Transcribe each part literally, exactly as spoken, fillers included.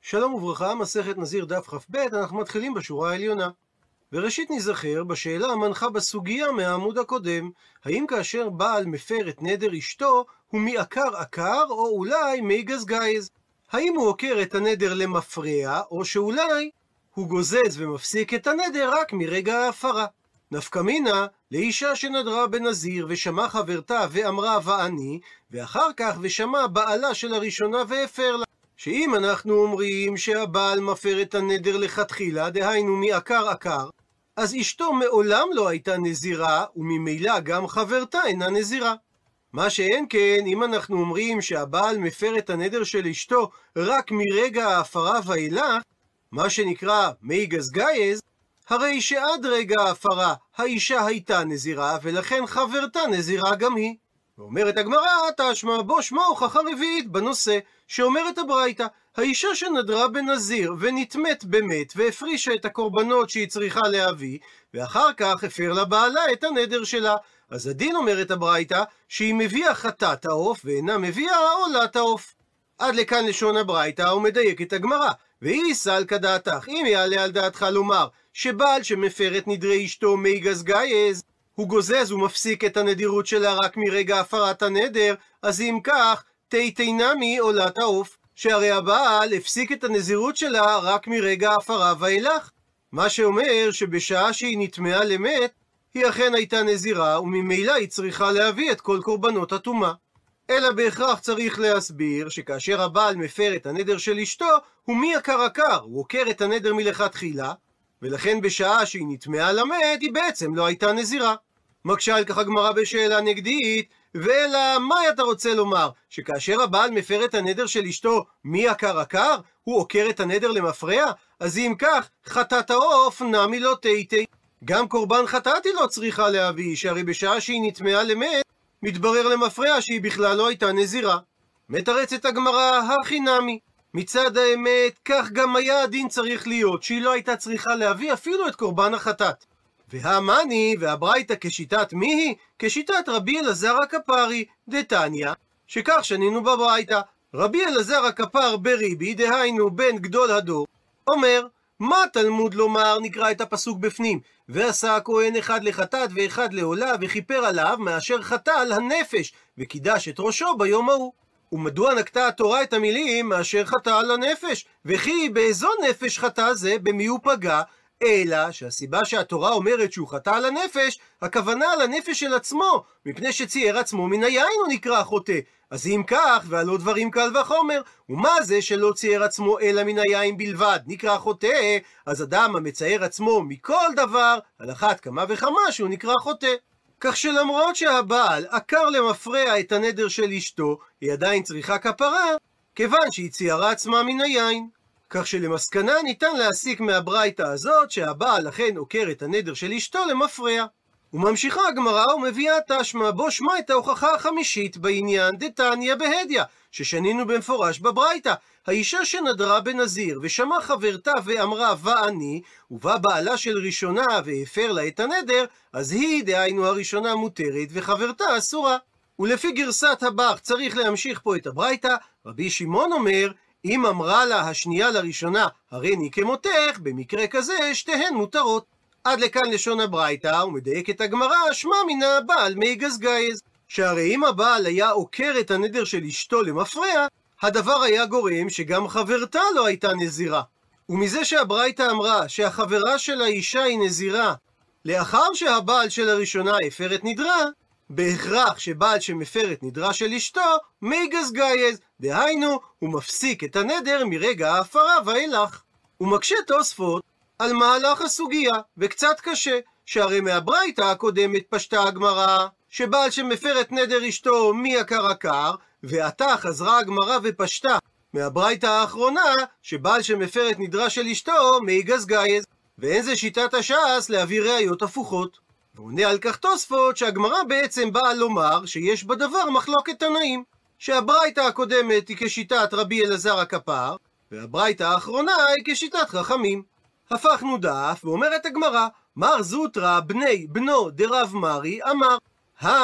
שלום וברכה, מסכת נזיר דף כ"ב, אנחנו מתחילים בשורה העליונה. וראשית נזכר בשאלה המנחה בסוגיה מהעמוד הקודם, האם כאשר בעל מפר את נדר אשתו הוא מעקר עקר או אולי מי גזגז? האם הוא עוקר את הנדר למפרע או שאולי הוא גוזז ומפסיק את הנדר רק מרגע ההפרה? נפקא מינה לאישה שנדרה בנזיר ושמע חברתה ואמרה ואני, ואחר כך ושמע בעלה של הראשונה והפר לה. שאם אנחנו אומרים שהבעל מפר את הנדר לכתחילה, דהיינו מעקר עקר, אז אשתו מעולם לא הייתה נזירה, וממילא גם חברתה אינה נזירה. מה שאין כן, אם אנחנו אומרים שהבעל מפר את הנדר של אשתו רק מרגע ההפרה ואילך, מה שנקרא מי גזגז, הרי שעד רגע ההפרה האישה הייתה נזירה, ולכן חברתה נזירה גם היא. ואומרת הגמרא, תשמע בו שמה הוכחה רביעית בנושא, שאומרת הברייתא, האישה שנדרה בנזיר ונטמאת במת והפרישה את הקורבנות שהיא צריכה להביא, ואחר כך הפר לבעלה את הנדר שלה. אז הדין אומרת הברייתא שהיא מביאה חטאת העוף ואינה מביאה עולת העוף. עד לכאן לשון הברייתא ומדייק את הגמרא, והיא סלקא דעתך, אם יעלה על דעתך לומר שבעל שמפר את נדרי אשתו מי גזגז, הוא גוזז ומפסיק את הנדירות שלה רק מרגע הפרת הנדר, אז אם כך, תיתי נמי עולת העוף, שהרי הבעל הפסיק את הנזירות שלה רק מרגע ההפרה ואילך. מה שאומר שבשעה שהיא נטמעה למת, היא אכן הייתה נזירה, וממילא היא צריכה להביא את כל קורבנות הטומאה. אלא בהכרח צריך להסביר שכאשר הבעל מפר את הנדר של אשתו, הוא מעקר עקר, הוא עוקר את הנדר מלכתחילה, ולכן בשעה שהיא נטמעה למת, היא בעצם לא הייתה נזירה. מקשה על כך הגמרא בשאלה נגדית, ואלא מה אתה רוצה לומר? שכאשר הבעל מפר את הנדר של אשתו מעקר עקר, הוא עוקר את הנדר למפרע? אז אם כך, חטאת העוף נמי לא תיתי. גם קורבן חטאת היא לא צריכה להביא, שהרי בשעה שהיא נטמעה למת, מתברר למפרע שהיא בכלל לא הייתה נזירה. מתרצת הגמרא, הכי נמי. מצד האמת, כך גם היה הדין צריך להיות, שהיא לא הייתה צריכה להביא אפילו את קורבן החטאת. והמאני והברייתא כשיטת מי היא? כשיטת רבי אלעזר הכפרי, דתניא, שכך שנינו בברייתא. רבי אלעזר הכפר בריבי, דהיינו בן גדול הדור, אומר, מה תלמוד לומר? נקרא את הפסוק בפנים. ועשה הכהן אחד לחטאת ואחד לעולה, וכיפר עליו מאשר חטא על הנפש, וקידש את ראשו ביום ההוא. ומדוע נקטה התורה את המילים מאשר חטא על הנפש? וכי באיזו נפש חטא זה, במי הוא פגע? אלא שהסיבה שהתורה אומרת שהוא חטא על הנפש, הכוונה על הנפש של עצמו, מפני שצייר עצמו מן היין הוא נקרא חוטא. אז אם כך, ועלו דברים קל וחומר, ומה זה שלא צייר עצמו אלא מן היין בלבד, נקרא חוטא? אז אדם המצייר עצמו מכל דבר, על אחת כמה וכמה שהוא נקרא חוטא. כך שלמרות שהבעל עקר למפרע את הנדר של אשתו, היא עדיין צריכה כפרה, כיוון שהיא ציירה עצמה מן היין. כך שלמסקנה ניתן להסיק מהברייתא הזאת שהבעל לכן עוקר את הנדר של אשתו למפרע. וממשיכה הגמרא ומביאה תשמע בו שמה את ההוכחה החמישית בעניין דתניא בהדיא, ששנינו במפורש בברייתא. האישה שנדרה בנזיר ושמע חברתה ואמרה ואני, ובא בעלה של ראשונה והפר לה את הנדר, אז היא, דהיינו הראשונה, מותרת וחברתה אסורה. ולפי גרסת הבח צריך להמשיך פה את הברייתא. רבי שמעון אומר, אם אמרה לה השנייה לראשונה, הריני כמותך, במקרה כזה שתיהן מותרות. עד לכאן לשון הברייתא, ומדייק את הגמרא, שמה מן הבעל מי גזגז. שהרי אם הבעל היה עוקר את הנדר של אשתו למפרע, הדבר היה גורם שגם חברתה לא הייתה נזירה. ומזה שהברייתא אמרה שהחברה של האישה היא נזירה, לאחר שהבעל של הראשונה הפר את נדרה, בהכרח שבעל שמפר את נדרה של אשתו, מי גזגז, דהיינו, הוא מפסיק את הנדר מרגע ההפרה ואילך. הוא מקשה תוספות על מהלך הסוגיה, וקצת קשה, שהרי מהברייתא הקודמת פשטה הגמרא, שבעל שמפר את נדר אשתו מעקר עקר, ועתה חזרה הגמרא ופשטה מהברייתא האחרונה, שבעל שמפר את נדרה של אשתו מי גזגז, ואין זה שיטת הש"ס להביא ראיות הפוכות. ועונה על כך תוספות שהגמרא בעצם באה לומר שיש בדבר מחלוקת תנאים, שהברייתא הקודמת היא כשיטת רבי אלעזר הכפר, והברייתא האחרונה היא כשיטת חכמים. הפכנו דף ואומרת הגמרא, מר זוטרא בני בנו דרב מרי אמר, היי,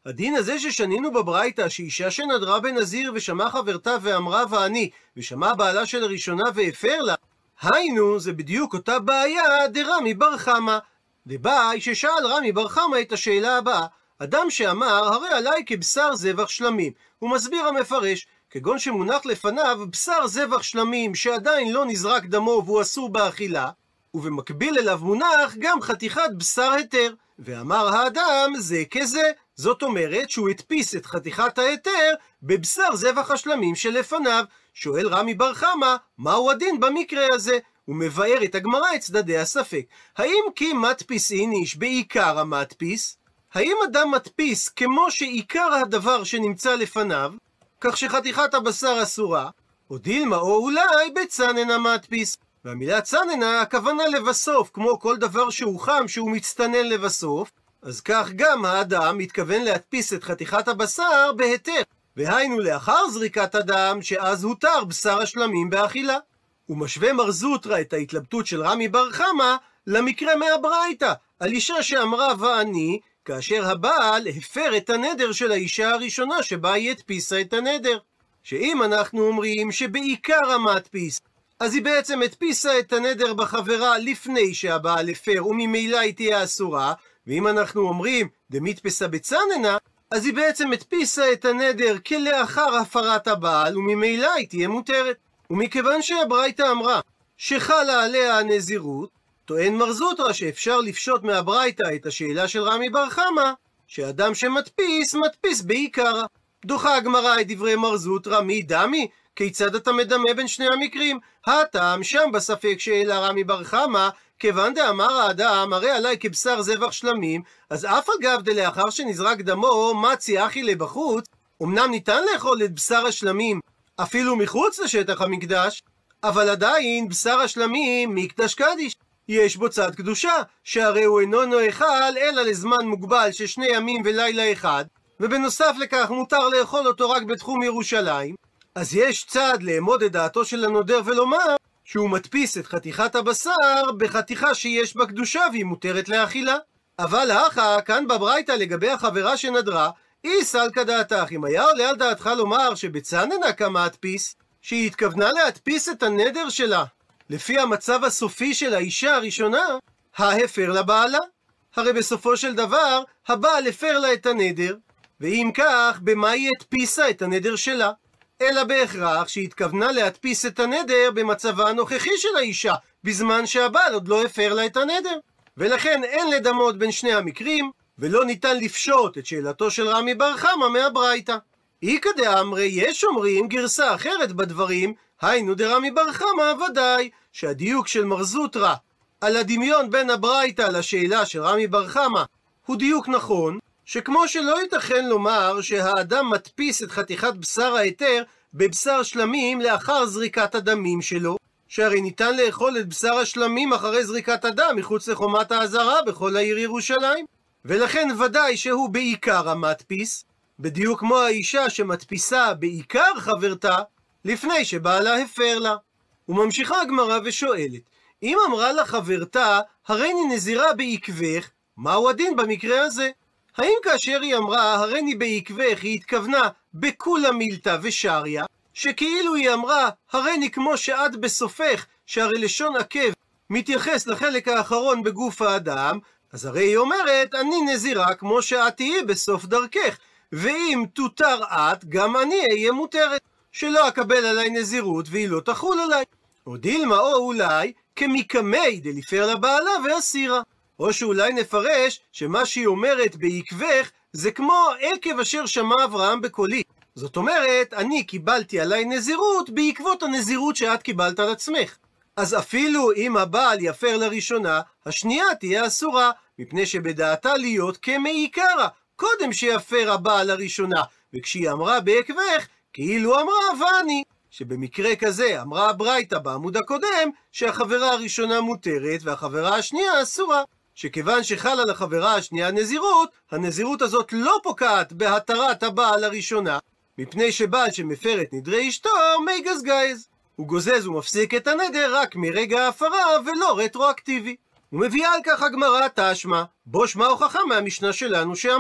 הדין הזה ששנינו בברייתא, שאישה שנדרה בנזיר ושמע חברתה ואמרה ואני, ושמע בעלה של הראשונה והפר לה, היינו, זה בדיוק אותה בעיה דרמי בר חמא. דבאי ששאל רמי בר חמא את השאלה הבאה, אדם שאמר הרי עליי כבשר זבח שלמים. הוא מסביר המפרש, כגון שמונח לפניו בשר זבח שלמים שעדיין לא נזרק דמו והוא אסור באכילה, ובמקביל אליו מונח גם חתיכת בשר היתר. ואמר האדם זה כזה, זאת אומרת שהוא הדפיס את חתיכת ההיתר בבשר זבח השלמים שלפניו. שואל רמי בר חמא, מהו הדין במקרה הזה? הוא מבאר את הגמרא את צדדי הספק. האם כי מדפיס איניש בעיקר המדפיס? האם אדם מדפיס כמו שעיקר הדבר שנמצא לפניו, כך שחתיכת הבשר אסורה? או דילמה או אולי בצננה מדפיס. והמילה צננה הכוונה לבסוף, כמו כל דבר שהוא חם שהוא מצטנן לבסוף, אז כך גם האדם מתכוון להדפיס את חתיכת הבשר בהיתר, והיינו לאחר זריקת הדם שאז הותר בשר השלמים באכילה. הוא משווה מר זוטרא את ההתלבטות של רמי בר חמא למקרה מהברייתא, על אישה שאמרה ואני, כאשר הבעל הפר את הנדר של האישה הראשונה שבה היא הדפיסה את הנדר. שאם אנחנו אומרים שבעיקר המדפיס, אז היא בעצם הדפיסה את הנדר בחברה לפני שהבעל הפר וממילא היא תהיה אסורה, ואם אנחנו אומרים דמדפסה בצננה, אז היא בעצם הדפיסה את הנדר כלאחר הפרת הבעל וממילא היא תהיה מותרת. ומכיוון שהברייתא אמרה שחלה עליה הנזירות, טוען מר זוטרא שאפשר לפשוט מהברייתא את השאלה של רמי בר חמא, שאדם שמדפיס, מדפיס בעיקר. דוחה הגמרא את דברי מר זוטרא, מי דמי? כיצד אתה מדמה בין שני המקרים? הטעם שם בספק שאלה רמי בר חמא, כיוון דאמר האדם הרי עליי כבשר זבח שלמים, אז אף אגב דלאחר שנזרק דמו מצי אכילה בחוץ, אמנם ניתן לאכול את בשר השלמים אפילו מחוץ לשטח המקדש, אבל עדיין בשר השלמים מקדש קדיש, יש בו צד קדושה, שהרי הוא אינו נאכל אלא לזמן מוגבל של שני ימים ולילה אחד, ובנוסף לכך מותר לאכול אותו רק בתחום ירושלים. אז יש צד לאמוד את דעתו של הנודר ולומר שהוא מדפיס את חתיכת הבשר בחתיכה שיש בה קדושה והיא מותרת לאכילה. אבל האחה, כאן בברייתא לגבי החברה שנדרה, אי סלקא דעתך, אם היה עולה על דעתך לומר שבצננה כמה הדפיס, שהיא התכוונה להדפיס את הנדר שלה לפי המצב הסופי של האישה הראשונה, ההפר לבעלה. הרי בסופו של דבר הבעל הפר לה את הנדר, ואם כך במה היא הדפיסה את הנדר שלה? אלא בהכרח שהיא התכוונה להדפיס את הנדר במצבה הנוכחי של האישה, בזמן שהבעל עוד לא הפר לה את הנדר. ולכן אין לדמות בין שני המקרים, ולא ניתן לפשוט את שאלתו של רמי בר חמא מהברייתא. איכא דאמרי, יש אומרים גרסה אחרת בדברים, היינו דרמי בר חמא, ודאי שהדיוק של מר זוטרא על הדמיון בין הברייתא לשאלה של רמי בר חמא הוא דיוק נכון, שכמו שלא ייתכן לומר שהאדם מדפיס את חתיכת בשר ההיתר בבשר שלמים לאחר זריקת הדמים שלו, שהרי ניתן לאכול את בשר השלמים אחרי זריקת הדם מחוץ לחומת האזהרה בכל העיר ירושלים, ולכן ודאי שהוא בעיקר המדפיס, בדיוק כמו האישה שמדפיסה בעיקר חברתה לפני שבעלה הפר לה. וממשיכה הגמרא ושואלת, אם אמרה לה חברתה הריני נזירה בעקבך, מהו הדין במקרה הזה? האם כאשר היא אמרה הריני בעקבך היא התכוונה בכולה מילתא ושריה, שכאילו היא אמרה הריני כמו שאת בסופך, שהרי לשון עקב מתייחס לחלק האחרון בגוף האדם, אז הרי היא אומרת אני נזירה כמו שאת תהיי בסוף דרכך, ואם תותר את גם אני אהיה מותרת, שלא אקבל עליי נזירות והיא לא תחול עליי. או דילמה או אולי כמקמי דליפר לבעלה ואסירה, או שאולי נפרש שמה שהיא אומרת בעקבך זה כמו עקב אשר שמע אברהם בקולי, זאת אומרת אני קיבלתי עליי נזירות בעקבות הנזירות שאת קיבלת על עצמך. אז אפילו אם הבעל יפר לראשונה, השנייה תהיה אסורה, מפני שבדעתה להיות כמעיקרא, קודם שיפר הבעל הראשונה, וכשהיא אמרה בעקבך כאילו אמרה ואני, שבמקרה כזה אמרה הברייתא בעמוד הקודם שהחברה הראשונה מותרת והחברה השנייה אסורה, שכיוון שחל על החברה השנייה נזירות, הנזירות הזאת לא פוקעת בהתרת הבעל הראשונה, מפני שבעל שמפר את נדרי אשתו מי גזגז, הוא גוזז ומפסיק את הנדר רק מרגע ההפרה ולא רטרואקטיבי. ומביאה על כך הגמרא תשמע, בו שמע הוכחה מהמשנה שלנו שאמרה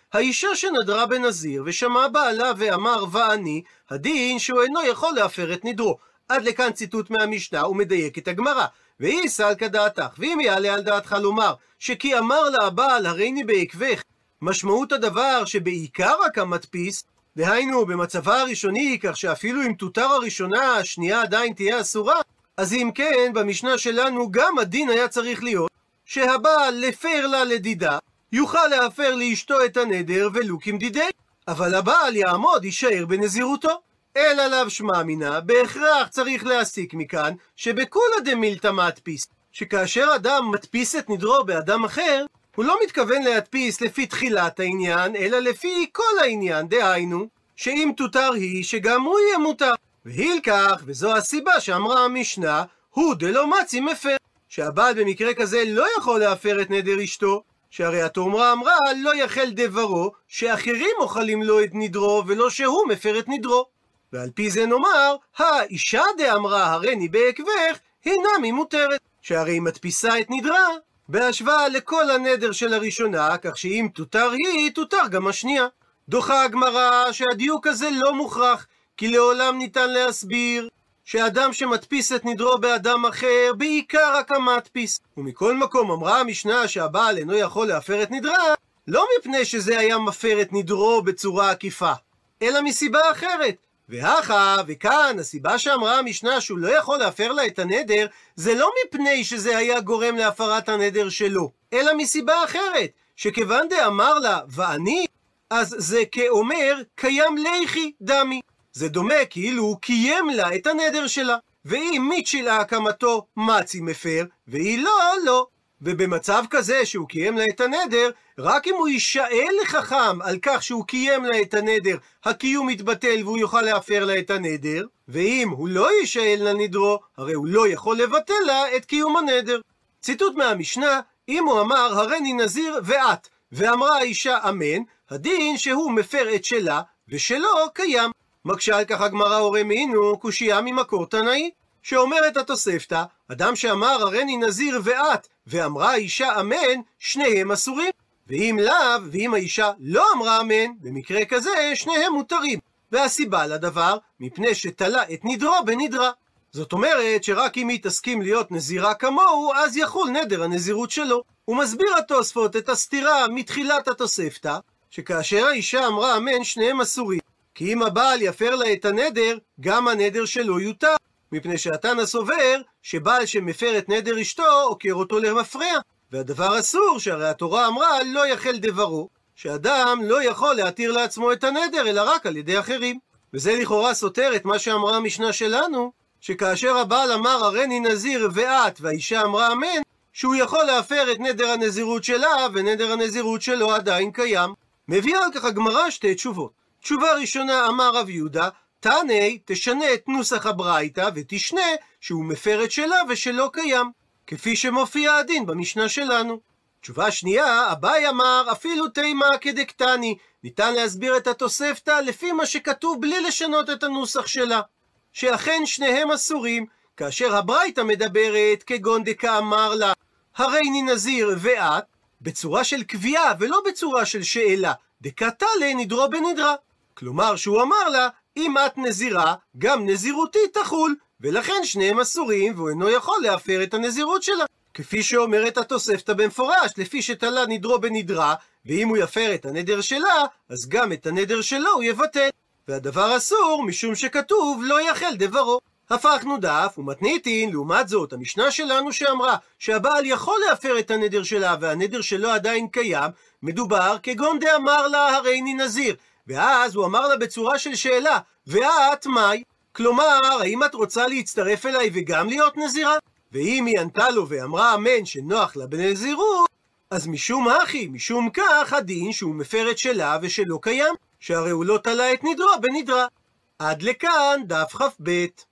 האישה שנדרה בנזיר ושמע בעלה ואמר ואני, הדין שהוא אינו יכול להפר את נדרו. עד לכאן ציטוט מהמשנה ומדייק את הגמרא. והיא סלקא דעתך, ואם יעלה על דעתך לומר שכי אמר לה הבעל הריני בעקבך, משמעות הדבר שבעיקר רק המדפיס, דהיינו במצבה הראשוני, כך שאפילו אם תותר הראשונה, השנייה עדיין תהיה אסורה, אז אם כן, במשנה שלנו גם הדין היה צריך להיות שהבעל לפר לה לדידה, יוכל להפר לאשתו את הנדר ולו כמדידי, אבל הבעל יעמוד, יישאר בנזירותו. אלא לאו שמע מינה, בהכרח צריך להסיק מכאן שבכולא דמילתא מדפיס, שכאשר אדם מדפיס את נדרו באדם אחר, הוא לא מתכוון להדפיס לפי תחילת העניין, אלא לפי כל העניין, דהיינו, שאם תותר היא, שגם הוא יהיה מותר. והילקח, וזו הסיבה שאמרה המשנה, הוא דלא מצי מפר, שהבעל במקרה כזה לא יכול להפר את נדר אשתו, שהרי התורה אמרה לא יחל דברו, שאחרים אוכלים לו את נדרו, ולא שהוא מפר את נדרו. ועל פי זה נאמר, האישה דאמרה הריני בעקבך, הינמי מותרת, שהרי היא מדפיסה את נדרה, בהשוואה לכל הנדר של הראשונה, כך שאם תותר היא, תותר גם השנייה. דוחה הגמרא שהדיוק הזה לא מוכרח, כי לעולם ניתן להסביר שאדם שמדפיס את נדרו באדם אחר, בעיקר רק המדפיס. ומכל מקום אמרה המשנה שהבעל אינו יכול להפר את נדרה, לא מפני שזה היה מפר את נדרו בצורה עקיפה, אלא מסיבה אחרת. והכה, וכאן, הסיבה שאמרה המשנה שהוא לא יכול להפר לה את הנדר, זה לא מפני שזה היה גורם להפרת הנדר שלו, אלא מסיבה אחרת, שכיוון דאמר לה ואני, אז זה כאומר קיים ליכי דמי. זה דומה כאילו הוא קיים לה את הנדר שלה, ואם מתשילה הקמתו מצי מפר, והיא לא, לא. ובמצב כזה שהוא קיים לה את הנדר, רק אם הוא יישאל לחכם על כך שהוא קיים לה את הנדר, הקיום יתבטל והוא יוכל להפר לה את הנדר, ואם הוא לא יישאל לנדרו, הרי הוא לא יכול לבטל לה את קיום הנדר. ציטוט מהמשנה, אם הוא אמר הריני נזיר ואת, ואמרה האישה אמן, הדין שהוא מפר את שלה, ושלו קיים. מקשה על כך הגמרא הורה מינו קושייה ממקור תנאי, שאומרת התוספתא, אדם שאמר הריני נזיר ואת, ואמרה האישה אמן, שניהם אסורים. ואם לאו, ואם האישה לא אמרה אמן, במקרה כזה שניהם מותרים. והסיבה לדבר, מפני שתלה את נדרו בנדרה. זאת אומרת שרק אם היא תסכים להיות נזירה כמוהו, אז יחול נדר הנזירות שלו. הוא מסביר התוספות את הסתירה מתחילת התוספתא, שכאשר האישה אמרה אמן, שניהם אסורים. כי אם הבעל יפר לה את הנדר, גם הנדר שלו יותר. מפני שהתנא סובר שבעל שמפר את נדר אשתו עוקר אותו למפרע, והדבר אסור, שהרי התורה אמרה לא יחל דברו, שאדם לא יכול להתיר לעצמו את הנדר אלא רק על ידי אחרים. וזה לכאורה סותר את מה שאמרה המשנה שלנו, שכאשר הבעל אמר הריני נזיר ואת, והאישה אמרה אמן, שהוא יכול להפר את נדר הנזירות שלה, ונדר הנזירות שלו עדיין קיים. מביאה על כך הגמרא שתי תשובות. תשובה ראשונה, אמר רב יהודה, תעני, תשנה את נוסח הברייתא ותשנה שהוא מפר את שלה ושלא קיים, כפי שמופיע הדין במשנה שלנו. תשובה שנייה, אביי אמר אפילו תימה כדקטני, ניתן להסביר את התוספתא לפי מה שכתוב בלי לשנות את הנוסח שלה, שאכן שניהם אסורים, כאשר הברייתא מדברת כגון דקאמר לה הריני נזיר ואת, בצורה של קביעה ולא בצורה של שאלה, דקתלה נדרו בנדרה. כלומר שהוא אמר לה, אם את נזירה, גם נזירותי תחול, ולכן שניהם אסורים, והוא אינו יכול להפר את הנזירות שלה. כפי שאומרת התוספתא במפורש, לפי שתלה נדרו בנדרה, ואם הוא יפר את הנדר שלה, אז גם את הנדר שלו הוא יבטל. והדבר אסור, משום שכתוב לא יחל דברו. הפכנו דף ומתניתין, לעומת זאת, המשנה שלנו שאמרה שהבעל יכול להפר את הנדר שלה, והנדר שלו עדיין קיים, מדובר כגון דאמר לה הריני נזיר. ואז הוא אמר לה בצורה של שאלה, ואת מאי? כלומר, האם את רוצה להצטרף אליי וגם להיות נזירה? ואם היא ענתה לו ואמרה אמן שנוח לה בנזירות, אז משום הכי, משום כך הדין שהוא מפר את שלה ושלא קיים, שהרי הוא לא תלה את נדרו בנדרה. עד לכאן דף כ"ב.